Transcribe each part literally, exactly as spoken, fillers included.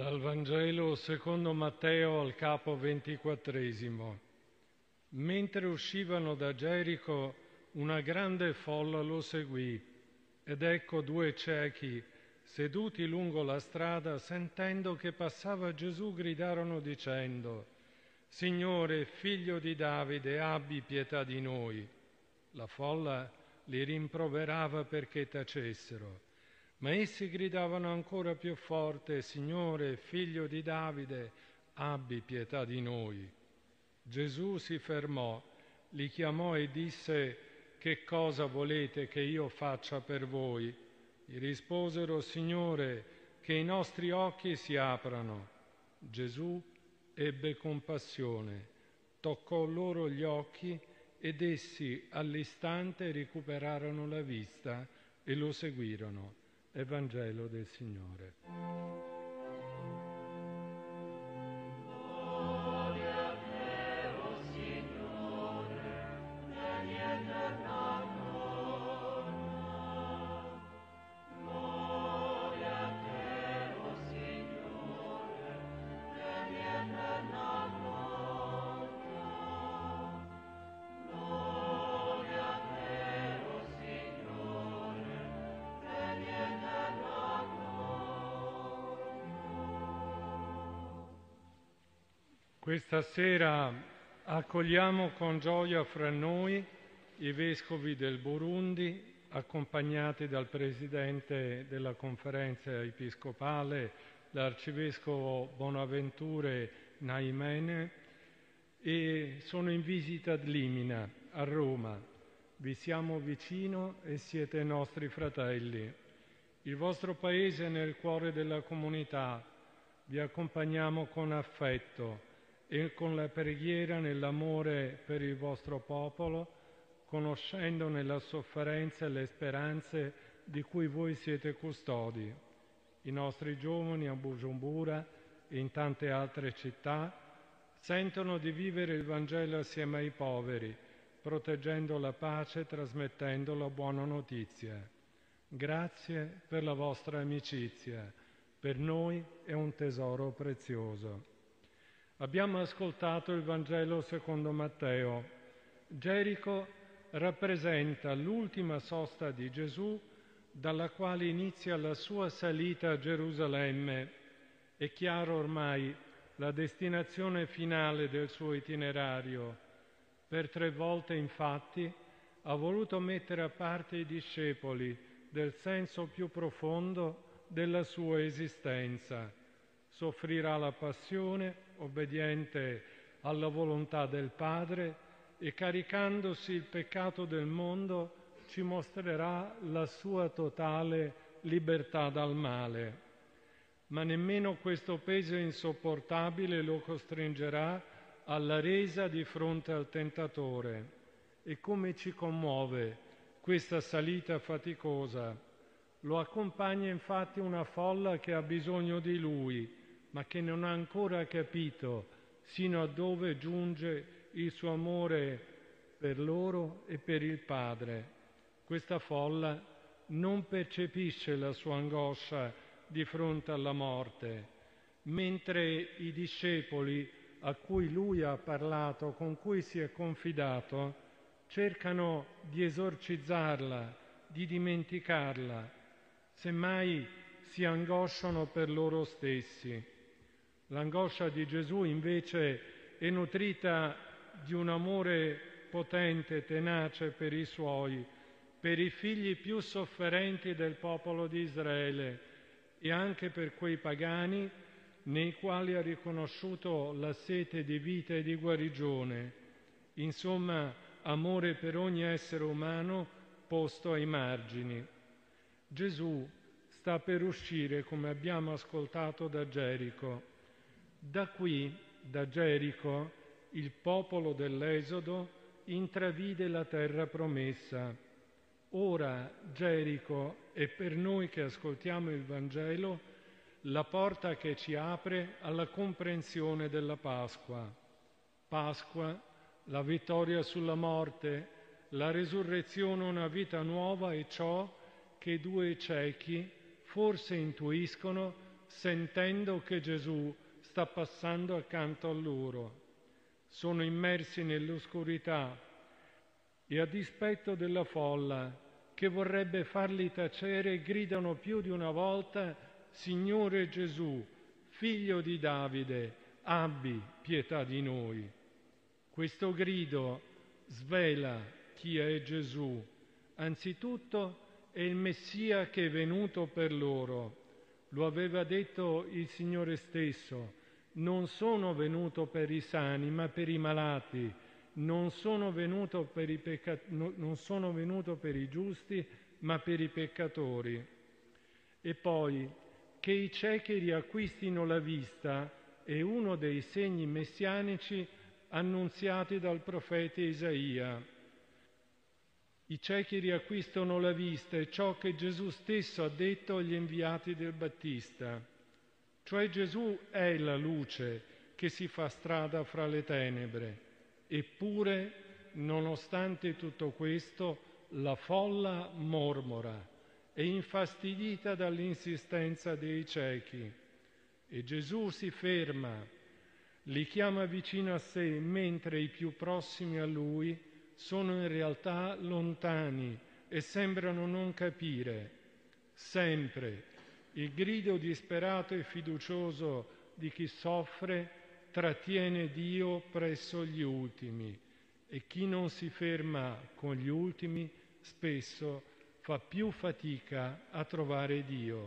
Dal Vangelo secondo Matteo al capo ventiquattresimo. Mentre uscivano da Gerico, una grande folla lo seguì, ed ecco due ciechi, seduti lungo la strada, sentendo che passava Gesù, gridarono dicendo: «Signore, figlio di Davide, abbi pietà di noi». La folla li rimproverava perché tacessero. Ma essi gridavano ancora più forte: «Signore, figlio di Davide, abbi pietà di noi». Gesù si fermò, li chiamò e disse: «Che cosa volete che io faccia per voi?» Gli risposero: «Signore, che i nostri occhi si aprano». Gesù ebbe compassione, toccò loro gli occhi ed essi all'istante recuperarono la vista e lo seguirono. Evangelo del Signore. Questa sera accogliamo con gioia fra noi i vescovi del Burundi, accompagnati dal presidente della conferenza episcopale, l'arcivescovo Bonaventure Naimene, e sono in visita ad Limina, a Roma. Vi siamo vicino e siete nostri fratelli. Il vostro paese è nel cuore della comunità. Vi accompagniamo con affetto e con la preghiera nell'amore per il vostro popolo, conoscendo nella sofferenza le speranze di cui voi siete custodi. I nostri giovani a Bujumbura e in tante altre città sentono di vivere il Vangelo assieme ai poveri, proteggendo la pace e trasmettendo la buona notizia. Grazie per la vostra amicizia, per noi è un tesoro prezioso. Abbiamo ascoltato il Vangelo secondo Matteo. Gerico rappresenta l'ultima sosta di Gesù dalla quale inizia la sua salita a Gerusalemme. È chiaro ormai la destinazione finale del suo itinerario. Per tre volte, infatti, ha voluto mettere a parte i discepoli del senso più profondo della sua esistenza. Soffrirà la passione, obbediente alla volontà del Padre, e caricandosi il peccato del mondo ci mostrerà la sua totale libertà dal male. Ma nemmeno questo peso insopportabile lo costringerà alla resa di fronte al tentatore. E come ci commuove questa salita faticosa! Lo accompagna infatti una folla che ha bisogno di lui, ma che non ha ancora capito sino a dove giunge il suo amore per loro e per il Padre. Questa folla non percepisce la sua angoscia di fronte alla morte, mentre i discepoli a cui lui ha parlato, con cui si è confidato, cercano di esorcizzarla, di dimenticarla, semmai si angosciano per loro stessi. L'angoscia di Gesù invece è nutrita di un amore potente e tenace per i suoi, per i figli più sofferenti del popolo di Israele e anche per quei pagani nei quali ha riconosciuto la sete di vita e di guarigione. Insomma, amore per ogni essere umano posto ai margini. Gesù sta per uscire, come abbiamo ascoltato, da Gerico. Da qui, da Gerico, il popolo dell'Esodo intravide la terra promessa. Ora Gerico è per noi che ascoltiamo il Vangelo la porta che ci apre alla comprensione della Pasqua. Pasqua, la vittoria sulla morte, la resurrezione, una vita nuova, e ciò che due ciechi forse intuiscono sentendo che Gesù sta passando accanto a loro. Sono immersi nell'oscurità e a dispetto della folla che vorrebbe farli tacere, gridano più di una volta: Signore Gesù, figlio di Davide, abbi pietà di noi. Questo grido svela chi è Gesù. Anzitutto è il Messia che è venuto per loro. Lo aveva detto il Signore stesso: non sono venuto per i sani, ma per i malati. Non sono venuto per i pecca- non sono venuto per i giusti, ma per i peccatori. E poi, che i ciechi riacquistino la vista è uno dei segni messianici annunziati dal profeta Isaia. I ciechi riacquistano la vista, è ciò che Gesù stesso ha detto agli inviati del Battista. Cioè Gesù è la luce che si fa strada fra le tenebre. Eppure, nonostante tutto questo, la folla mormora, è infastidita dall'insistenza dei ciechi. E Gesù si ferma, li chiama vicino a sé, mentre i più prossimi a lui sono in realtà lontani e sembrano non capire. Sempre il grido disperato e fiducioso di chi soffre trattiene Dio presso gli ultimi, e chi non si ferma con gli ultimi spesso fa più fatica a trovare Dio.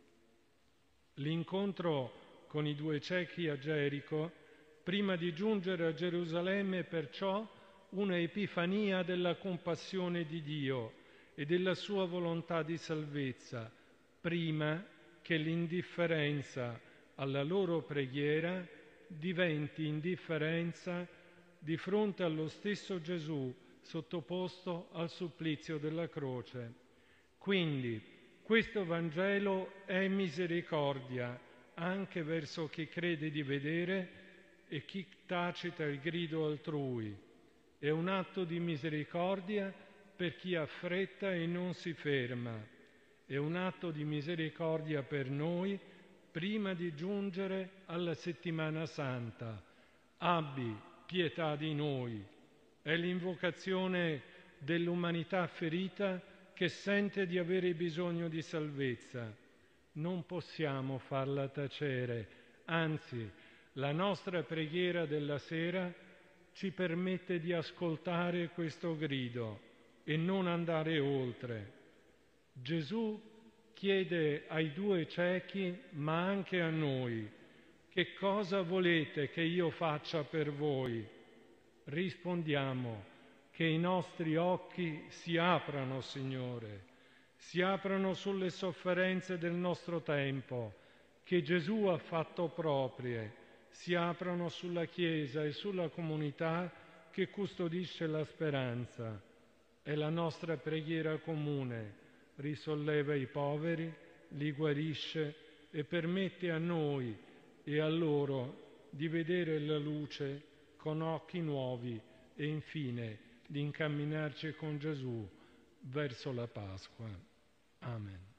L'incontro con i due ciechi a Gerico, prima di giungere a Gerusalemme, è perciò una epifania della compassione di Dio e della sua volontà di salvezza, prima che l'indifferenza alla loro preghiera diventi indifferenza di fronte allo stesso Gesù sottoposto al supplizio della croce. Quindi questo Vangelo è misericordia anche verso chi crede di vedere e chi tacita il grido altrui. È un atto di misericordia per chi ha fretta e non si ferma. È un atto di misericordia per noi prima di giungere alla Settimana Santa. Abbi pietà di noi. È l'invocazione dell'umanità ferita che sente di avere bisogno di salvezza. Non possiamo farla tacere, anzi, la nostra preghiera della sera ci permette di ascoltare questo grido e non andare oltre. Gesù chiede ai due ciechi, ma anche a noi: che cosa volete che io faccia per voi? Rispondiamo: che i nostri occhi si aprano, Signore, si aprano sulle sofferenze del nostro tempo, che Gesù ha fatto proprie, si aprano sulla Chiesa e sulla comunità che custodisce la speranza. È la nostra preghiera comune. Risolleva i poveri, li guarisce e permette a noi e a loro di vedere la luce con occhi nuovi e infine di incamminarci con Gesù verso la Pasqua. Amen.